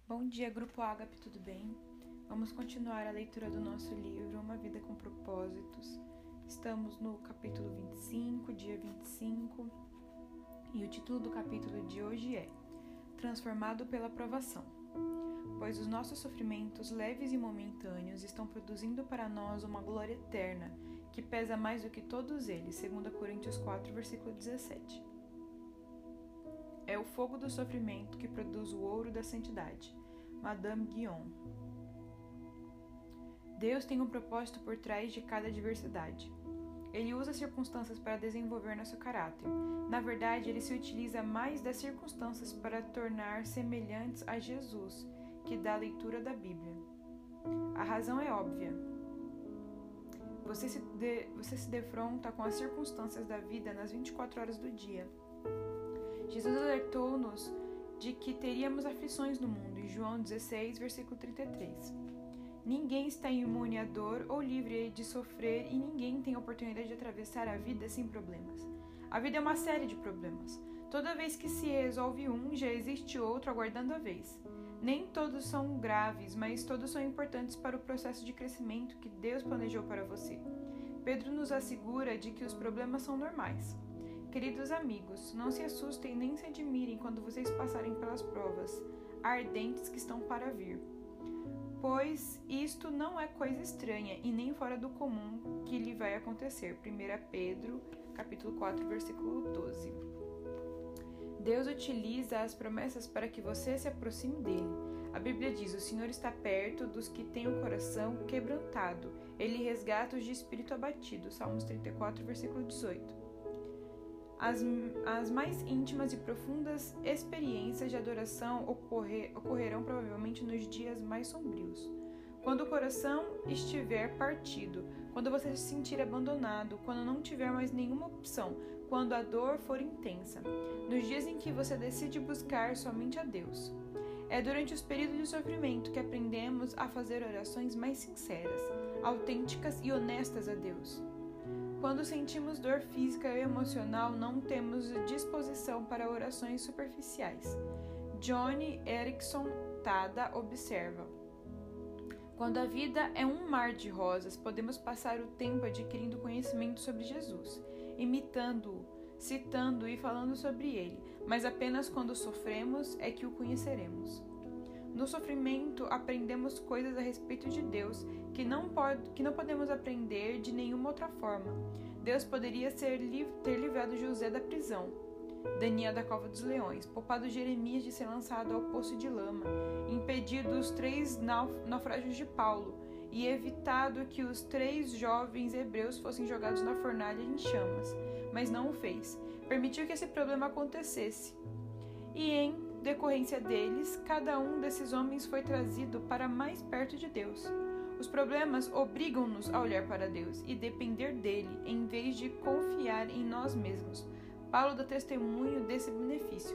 Bom dia, Grupo Ágape, tudo bem? Vamos continuar a leitura do nosso livro, Uma Vida com Propósitos. Estamos no capítulo 25, dia 25, e o título do capítulo de hoje é Transformado pela Provação. Pois os nossos sofrimentos leves e momentâneos estão produzindo para nós uma glória eterna, que pesa mais do que todos eles, 2 Coríntios 4, versículo 17. É o fogo do sofrimento que produz o ouro da santidade. Madame Guyon. Deus tem um propósito por trás de cada adversidade. Ele usa as circunstâncias para desenvolver nosso caráter. Na verdade, ele se utiliza mais das circunstâncias para tornar semelhantes a Jesus, que dá a leitura da Bíblia. A razão é óbvia. Você se defronta com as circunstâncias da vida nas 24 horas do dia. Jesus alertou-nos de que teríamos aflições no mundo, em João 16, versículo 33. Ninguém está imune à dor ou livre de sofrer e ninguém tem a oportunidade de atravessar a vida sem problemas. A vida é uma série de problemas. Toda vez que se resolve um, já existe outro aguardando a vez. Nem todos são graves, mas todos são importantes para o processo de crescimento que Deus planejou para você. Pedro nos assegura de que os problemas são normais. Queridos amigos, não se assustem nem se admirem quando vocês passarem pelas provas ardentes que estão para vir, pois isto não é coisa estranha e nem fora do comum que lhe vai acontecer. 1 Pedro, capítulo 4, versículo 12. Deus utiliza as promessas para que você se aproxime dele. A Bíblia diz: o Senhor está perto dos que têm o coração quebrantado. Ele resgata os de espírito abatido. Salmos 34, versículo 18. As mais íntimas e profundas experiências de adoração ocorrerão provavelmente nos dias mais sombrios. Quando o coração estiver partido, quando você se sentir abandonado, quando não tiver mais nenhuma opção, quando a dor for intensa, nos dias em que você decide buscar somente a Deus. É durante os períodos de sofrimento que aprendemos a fazer orações mais sinceras, autênticas e honestas a Deus. Quando sentimos dor física e emocional, não temos disposição para orações superficiais. Johnny Erickson Tada observa: quando a vida é um mar de rosas, podemos passar o tempo adquirindo conhecimento sobre Jesus, imitando-o, citando e falando sobre ele, mas apenas quando sofremos é que o conheceremos. No sofrimento, aprendemos coisas a respeito de Deus que não podemos aprender de nenhuma outra forma. Deus poderia ter livrado José da prisão, Daniel da cova dos leões, poupado Jeremias de ser lançado ao poço de lama, impedido os 3 naufrágios de Paulo e evitado que os 3 jovens hebreus fossem jogados na fornalha em chamas, mas não o fez. Permitiu que esse problema acontecesse. E em decorrência deles, cada um desses homens foi trazido para mais perto de Deus. Os problemas obrigam-nos a olhar para Deus e depender dele, em vez de confiar em nós mesmos. Paulo dá testemunho desse benefício.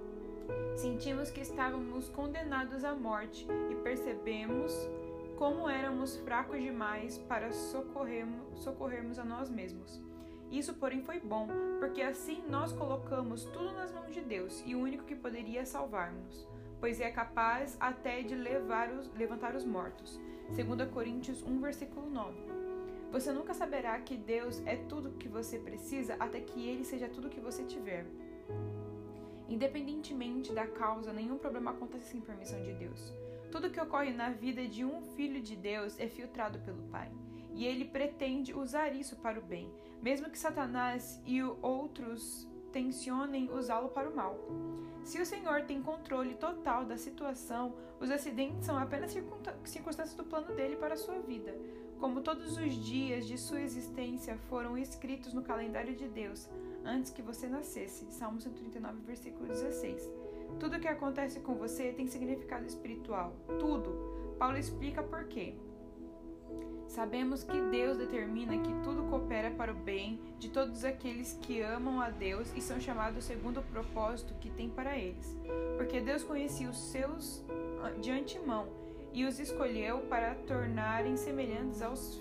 Sentimos que estávamos condenados à morte e percebemos como éramos fracos demais para socorrermos a nós mesmos. Isso, porém, foi bom, porque assim nós colocamos tudo nas mãos de Deus e o único que poderia salvar-nos, pois é capaz até de levantar os mortos. 2 Coríntios 1, versículo 9. Você nunca saberá que Deus é tudo o que você precisa até que Ele seja tudo o que você tiver. Independentemente da causa, nenhum problema acontece sem permissão de Deus. Tudo que ocorre na vida de um filho de Deus é filtrado pelo Pai. E ele pretende usar isso para o bem, mesmo que Satanás e outros tensionem usá-lo para o mal. Se o Senhor tem controle total da situação, os acidentes são apenas circunstâncias do plano dele para a sua vida. Como todos os dias de sua existência foram escritos no calendário de Deus, antes que você nascesse. Salmo 139, versículo 16. Tudo o que acontece com você tem significado espiritual. Tudo. Paulo explica por quê. Sabemos que Deus determina que tudo coopera para o bem de todos aqueles que amam a Deus e são chamados segundo o propósito que tem para eles. Porque Deus conhecia os seus de antemão e os escolheu para tornarem semelhantes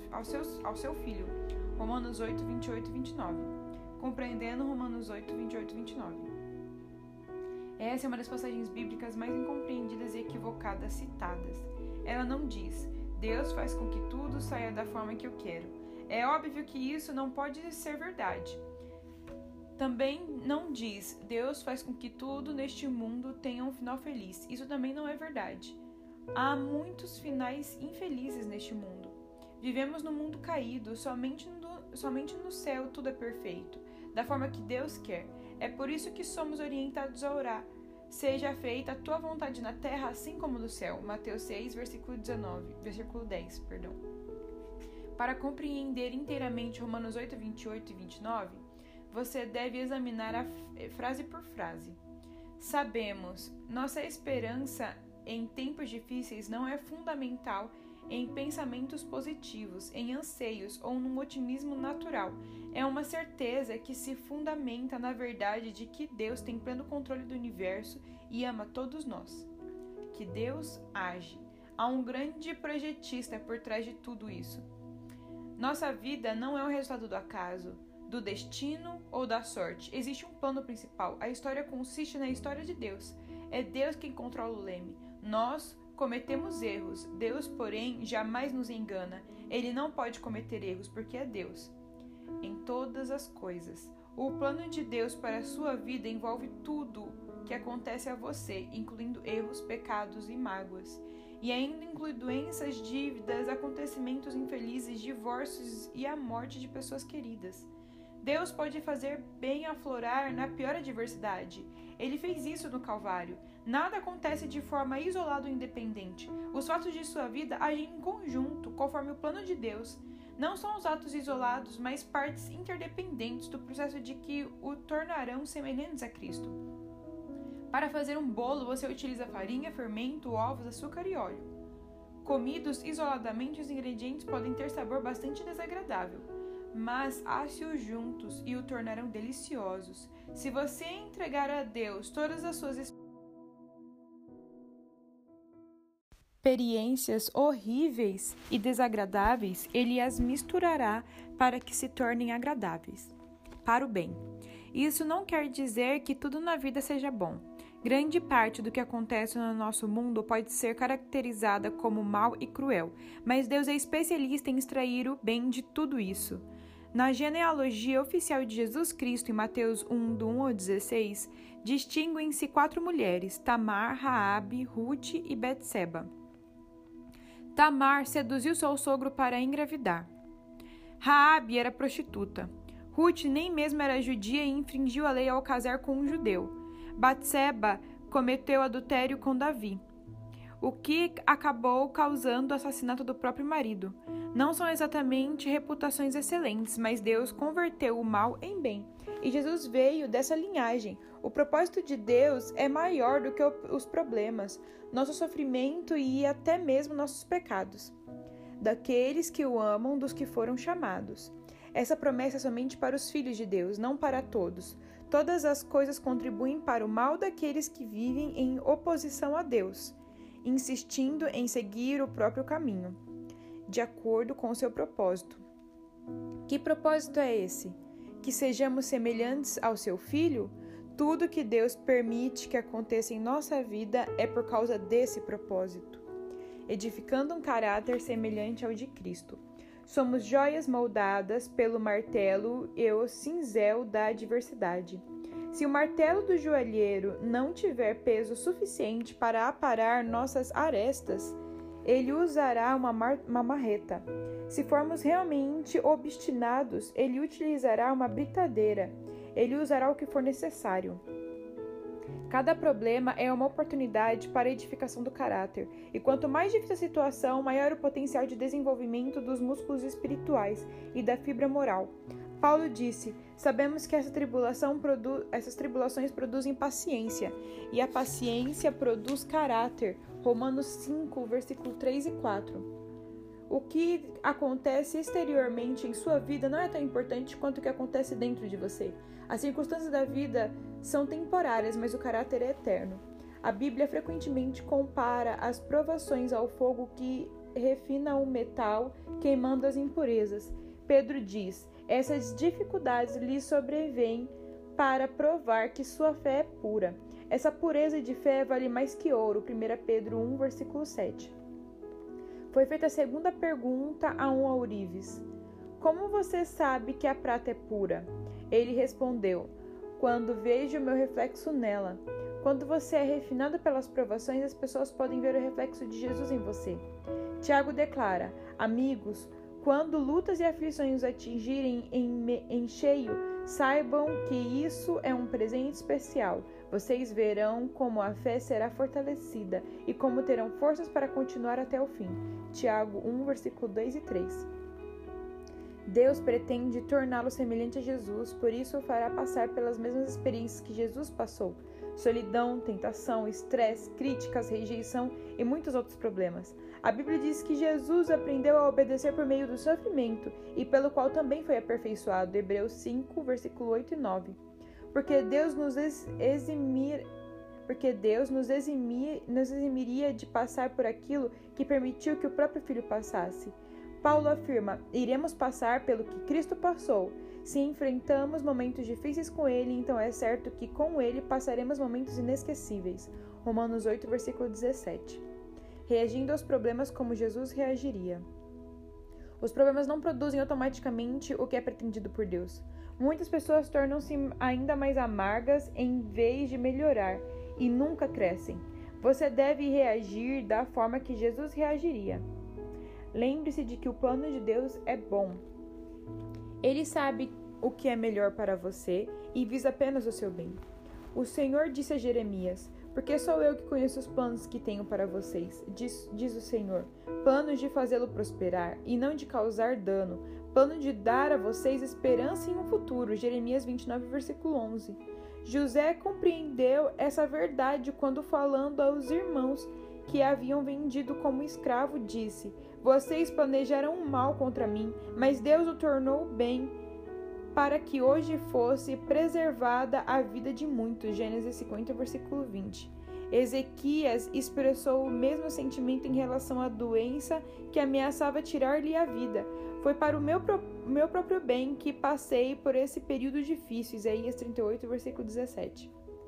ao seu Filho. Romanos 8, 28 e 29. Compreendendo Romanos 8, 28 e 29. Essa é uma das passagens bíblicas mais incompreendidas e equivocadas equivocadas citadas. Ela não diz: Deus faz com que tudo saia da forma que eu quero. É óbvio que isso não pode ser verdade. Também não diz: Deus faz com que tudo neste mundo tenha um final feliz. Isso também não é verdade. Há muitos finais infelizes neste mundo. Vivemos num mundo caído, somente no céu tudo é perfeito, da forma que Deus quer. É por isso que somos orientados a orar. Seja feita a tua vontade na terra, assim como no céu. Mateus 6, versículo 10. Para compreender inteiramente Romanos 8, 28 e 29, você deve examinar a frase por frase. Sabemos, nossa esperança em tempos difíceis não é fundamental em pensamentos positivos, em anseios ou num otimismo natural. É uma certeza que se fundamenta na verdade de que Deus tem pleno controle do universo e ama todos nós. Que Deus age. Há um grande projetista por trás de tudo isso. Nossa vida não é o resultado do acaso, do destino ou da sorte. Existe um plano principal. A história consiste na história de Deus. É Deus quem controla o leme. Nós cometemos erros. Deus, porém, jamais nos engana. Ele não pode cometer erros porque é Deus. Em todas as coisas. O plano de Deus para a sua vida envolve tudo que acontece a você, incluindo erros, pecados e mágoas. E ainda inclui doenças, dívidas, acontecimentos infelizes, divórcios e a morte de pessoas queridas. Deus pode fazer bem aflorar na pior adversidade. Ele fez isso no Calvário. Nada acontece de forma isolada ou independente. Os fatos de sua vida agem em conjunto, conforme o plano de Deus. Não são os atos isolados, mas partes interdependentes do processo de que o tornarão semelhantes a Cristo. Para fazer um bolo, você utiliza farinha, fermento, ovos, açúcar e óleo. Comidos isoladamente, os ingredientes podem ter sabor bastante desagradável, mas asse-os juntos e o tornarão deliciosos. Se você entregar a Deus todas as suas experiências horríveis e desagradáveis, Ele as misturará para que se tornem agradáveis, para o bem. Isso não quer dizer que tudo na vida seja bom. Grande parte do que acontece no nosso mundo pode ser caracterizada como mal e cruel, mas Deus é especialista em extrair o bem de tudo isso. Na genealogia oficial de Jesus Cristo, em Mateus 1, do 1 ao 16, distinguem-se 4 mulheres, Tamar, Raabe, Ruth e Betseba. Tamar seduziu seu sogro para engravidar. Raabe era prostituta. Ruth nem mesmo era judia e infringiu a lei ao casar com um judeu. Betseba cometeu adultério com Davi, o que acabou causando o assassinato do próprio marido. Não são exatamente reputações excelentes, mas Deus converteu o mal em bem, e Jesus veio dessa linhagem. O propósito de Deus é maior do que os problemas, nosso sofrimento e até mesmo nossos pecados. Daqueles que o amam, dos que foram chamados. Essa promessa é somente para os filhos de Deus, não para todos. Todas as coisas contribuem para o mal daqueles que vivem em oposição a Deus, insistindo em seguir o próprio caminho, de acordo com o seu propósito. Que propósito é esse? Que sejamos semelhantes ao seu Filho? Tudo que Deus permite que aconteça em nossa vida é por causa desse propósito, edificando um caráter semelhante ao de Cristo. Somos joias moldadas pelo martelo e o cinzel da adversidade. Se o martelo do joalheiro não tiver peso suficiente para aparar nossas arestas, ele usará uma marreta. Se formos realmente obstinados, ele utilizará uma britadeira. Ele usará o que for necessário. Cada problema é uma oportunidade para a edificação do caráter, e quanto mais difícil a situação, maior o potencial de desenvolvimento dos músculos espirituais e da fibra moral. Paulo disse: sabemos que essas tribulações produzem paciência, e a paciência produz caráter. Romanos 5, versículo 3 e 4. O que acontece exteriormente em sua vida não é tão importante quanto o que acontece dentro de você. As circunstâncias da vida são temporárias, mas o caráter é eterno. A Bíblia frequentemente compara as provações ao fogo que refina o metal, queimando as impurezas. Pedro diz: essas dificuldades lhe sobrevêm para provar que sua fé é pura. Essa pureza de fé vale mais que ouro. 1 Pedro 1, versículo 7. Foi feita a segunda pergunta a um ourives. Como você sabe que a prata é pura? Ele respondeu, quando vejo o meu reflexo nela. Quando você é refinado pelas provações, as pessoas podem ver o reflexo de Jesus em você. Tiago declara, amigos, quando lutas e aflições os atingirem em cheio, saibam que isso é um presente especial. Vocês verão como a fé será fortalecida e como terão forças para continuar até o fim. Tiago 1, versículo 2 e 3. Deus pretende torná-lo semelhante a Jesus, por isso o fará passar pelas mesmas experiências que Jesus passou. Solidão, tentação, estresse, críticas, rejeição e muitos outros problemas. A Bíblia diz que Jesus aprendeu a obedecer por meio do sofrimento e pelo qual também foi aperfeiçoado. Hebreus 5, versículo 8 e 9. Porque Deus nos eximiria de passar por aquilo que permitiu que o próprio Filho passasse. Paulo afirma, iremos passar pelo que Cristo passou. Se enfrentamos momentos difíceis com Ele, então é certo que com Ele passaremos momentos inesquecíveis. Romanos 8, versículo 17. Reagindo aos problemas como Jesus reagiria. Os problemas não produzem automaticamente o que é pretendido por Deus. Muitas pessoas tornam-se ainda mais amargas em vez de melhorar e nunca crescem. Você deve reagir da forma que Jesus reagiria. Lembre-se de que o plano de Deus é bom. Ele sabe o que é melhor para você e visa apenas o seu bem. O Senhor disse a Jeremias, porque sou eu que conheço os planos que tenho para vocês, diz o Senhor, planos de fazê-lo prosperar e não de causar dano, plano de dar a vocês esperança em um futuro. Jeremias 29, versículo 11. José compreendeu essa verdade quando, falando aos irmãos que haviam vendido como escravo, disse, vocês planejaram um mal contra mim, mas Deus o tornou bem, para que hoje fosse preservada a vida de muitos. Gênesis 50, versículo 20. Ezequias expressou o mesmo sentimento em relação à doença que ameaçava tirar-lhe a vida. Foi para o meu próprio bem que passei por esse período difícil. Isaías 38, versículo 17.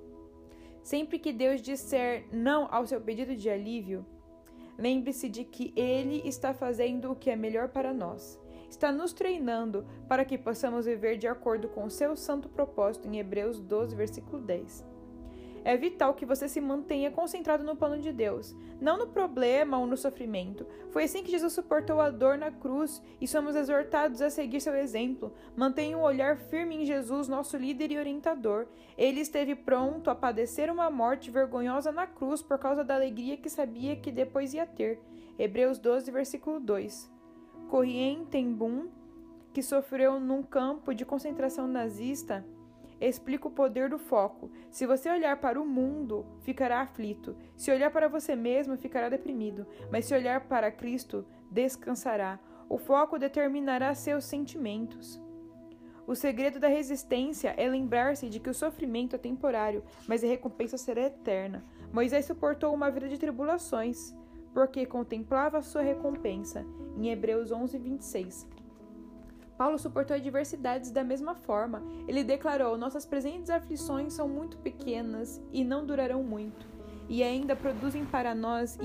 Sempre que Deus disser não ao seu pedido de alívio, lembre-se de que Ele está fazendo o que é melhor para nós. Está nos treinando para que possamos viver de acordo com o seu santo propósito em Hebreus 12, versículo 10. É vital que você se mantenha concentrado no plano de Deus, não no problema ou no sofrimento. Foi assim que Jesus suportou a dor na cruz e somos exortados a seguir seu exemplo. Mantenha um olhar firme em Jesus, nosso líder e orientador. Ele esteve pronto a padecer uma morte vergonhosa na cruz por causa da alegria que sabia que depois ia ter. Hebreus 12, versículo 2. Corrien ten Boom, que sofreu num campo de concentração nazista, explica o poder do foco. Se você olhar para o mundo, ficará aflito. Se olhar para você mesmo, ficará deprimido. Mas se olhar para Cristo, descansará. O foco determinará seus sentimentos. O segredo da resistência é lembrar-se de que o sofrimento é temporário, mas a recompensa será eterna. Moisés suportou uma vida de tribulações, porque contemplava a sua recompensa. Em Hebreus 11, 26. Paulo suportou adversidades da mesma forma. Ele declarou, nossas presentes aflições são muito pequenas e não durarão muito, e ainda produzem para nós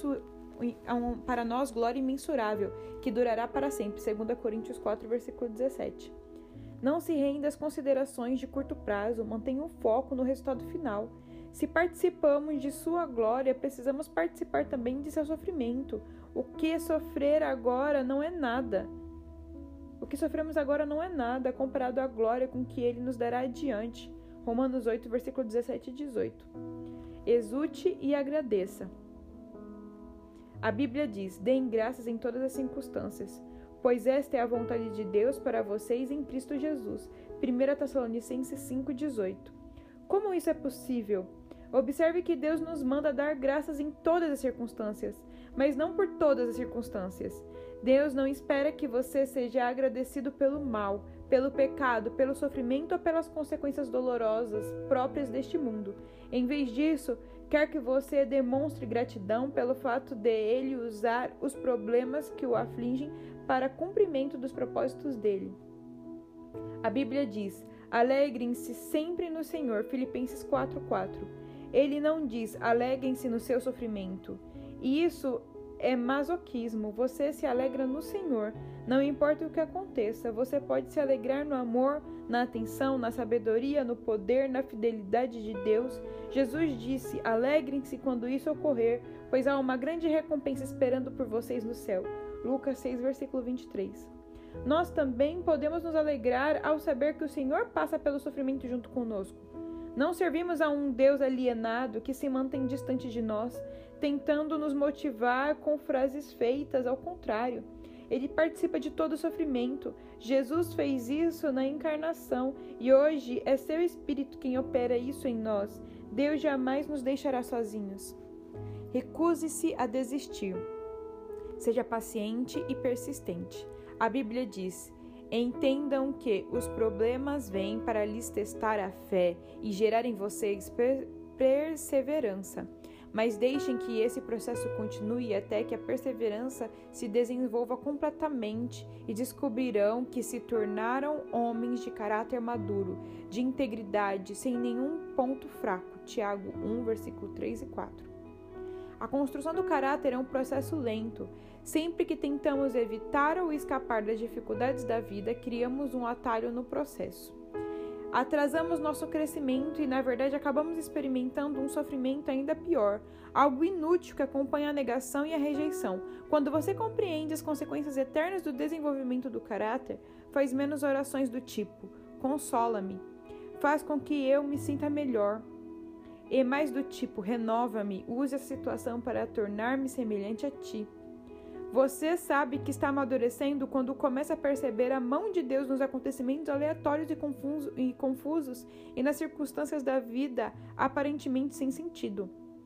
glória imensurável, que durará para sempre. 2 Coríntios 4, versículo 17. Não se renda às considerações de curto prazo, mantenha o foco no resultado final. Se participamos de sua glória, precisamos participar também de seu sofrimento. O que sofrer agora não é nada. O que sofremos agora não é nada comparado à glória com que Ele nos dará adiante. Romanos 8, versículo 17 e 18. Exulte e agradeça. A Bíblia diz, deem graças em todas as circunstâncias, pois esta é a vontade de Deus para vocês em Cristo Jesus. 1 Tessalonicenses 5, 18. Como isso é possível? Observe que Deus nos manda dar graças em todas as circunstâncias, mas não por todas as circunstâncias. Deus não espera que você seja agradecido pelo mal, pelo pecado, pelo sofrimento ou pelas consequências dolorosas próprias deste mundo. Em vez disso, quer que você demonstre gratidão pelo fato de Ele usar os problemas que o afligem para cumprimento dos propósitos dele. A Bíblia diz, alegrem-se sempre no Senhor, Filipenses 4:4. Ele não diz, alegrem-se no seu sofrimento. E isso é masoquismo. Você se alegra no Senhor. Não importa o que aconteça, você pode se alegrar no amor, na atenção, na sabedoria, no poder, na fidelidade de Deus. Jesus disse, alegrem-se quando isso ocorrer, pois há uma grande recompensa esperando por vocês no céu. Lucas 6, versículo 23. Nós também podemos nos alegrar ao saber que o Senhor passa pelo sofrimento junto conosco. Não servimos a um Deus alienado que se mantém distante de nós, tentando nos motivar com frases feitas, ao contrário. Ele participa de todo o sofrimento. Jesus fez isso na encarnação e hoje é seu Espírito quem opera isso em nós. Deus jamais nos deixará sozinhos. Recuse-se a desistir. Seja paciente e persistente. A Bíblia diz, entendam que os problemas vêm para lhes testar a fé e gerar em vocês perseverança. Mas deixem que esse processo continue até que a perseverança se desenvolva completamente e descobrirão que se tornaram homens de caráter maduro, de integridade, sem nenhum ponto fraco. Tiago 1, versículo 3 e 4. A construção do caráter é um processo lento. Sempre que tentamos evitar ou escapar das dificuldades da vida, criamos um atalho no processo. Atrasamos nosso crescimento e, na verdade, acabamos experimentando um sofrimento ainda pior, algo inútil que acompanha a negação e a rejeição. Quando você compreende as consequências eternas do desenvolvimento do caráter, faz menos orações do tipo, consola-me, faz com que eu me sinta melhor, e mais do tipo, renova-me, use a situação para tornar-me semelhante a ti. Você sabe que está amadurecendo quando começa a perceber a mão de Deus nos acontecimentos aleatórios e confusos e nas circunstâncias da vida aparentemente sem sentido.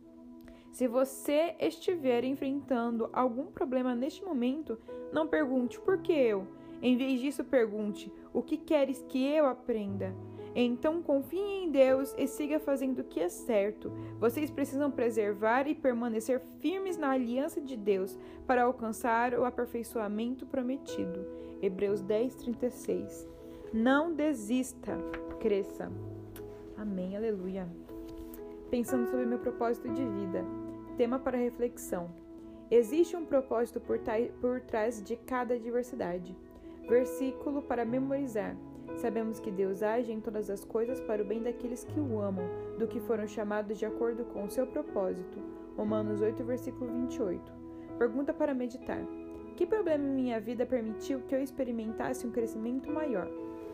Se você estiver enfrentando algum problema neste momento, não pergunte por que eu. Em vez disso, pergunte o que queres que eu aprenda. Então confie em Deus e siga fazendo o que é certo. Vocês precisam preservar e permanecer firmes na aliança de Deus para alcançar o aperfeiçoamento prometido. Hebreus 10, 36. Não desista, cresça. Amém, aleluia. Pensando sobre meu propósito de vida. Tema para reflexão. Existe um propósito por trás de cada adversidade. Versículo para memorizar. Sabemos que Deus age em todas as coisas para o bem daqueles que o amam, do que foram chamados de acordo com o seu propósito. Romanos 8, versículo 28. Pergunta para meditar. Que problema em minha vida permitiu que eu experimentasse um crescimento maior?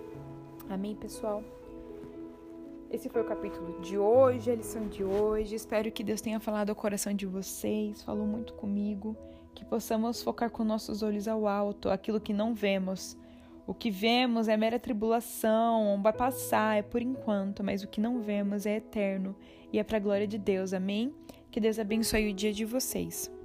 Amém, pessoal? Esse foi o capítulo de hoje, a lição de hoje. Espero que Deus tenha falado ao coração de vocês, falou muito comigo, que possamos focar com nossos olhos ao alto, aquilo que não vemos. O que vemos é mera tribulação, vai passar, é por enquanto, mas o que não vemos é eterno e é para a glória de Deus, amém? Que Deus abençoe o dia de vocês.